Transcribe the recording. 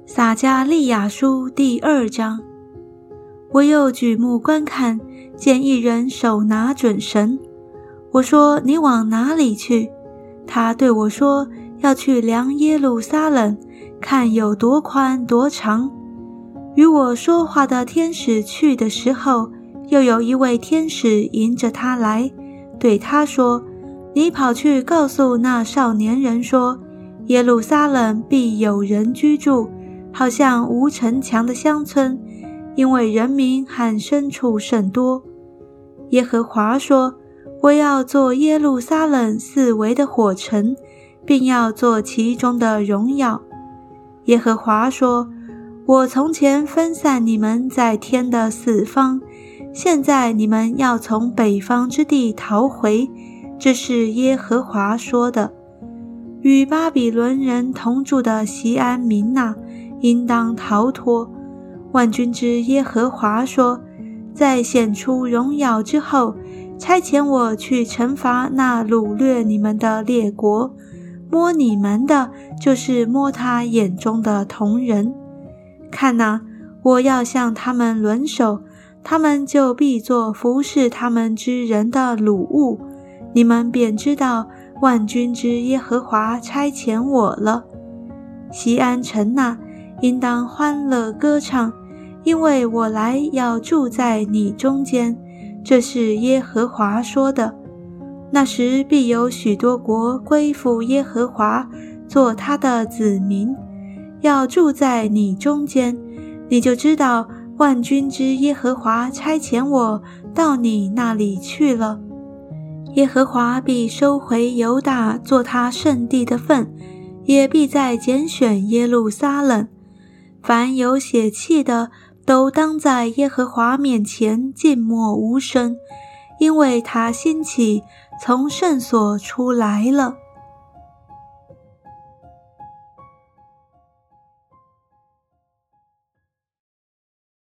撒迦利亚书第2章。我又举目观看，见一人手拿准绳。我说：你往哪里去？他对我说：要去量耶路撒冷，看有多宽多长。与我说话的天使去的时候，又有一位天使迎着他来，对他说：你跑去告诉那少年人说，耶路撒冷必有人居住，好像无城墙的乡村，因为人民和牲畜甚多。耶和华说：我要做耶路撒冷四围的火城，并要做其中的荣耀。耶和华说：我从前分散你们在天的四方，现在你们要从北方之地逃回，这是耶和华说的。与巴比伦人同住的锡安民哪，应当逃脱。万军之耶和华说：在显出荣耀之后，差遣我去惩罚那掳掠你们的列国，摸你们的，就是摸他眼中的瞳人。看哪，我要向他们抡手，他们就必作服侍他们之人的掳物，你们便知道万军之耶和华差遣我了。锡安城哪，应当欢乐歌唱，因为我来要住在你中间，这是耶和华说的。那时必有许多国归附耶和华，做他的子民，要住在你中间，你就知道万军之耶和华差遣我到你那里去了。耶和华必收回犹大做他圣地的份，也必再拣选耶路撒冷。凡有血气的，都当在耶和华面前静默无声，因为他兴起，从圣所出来了。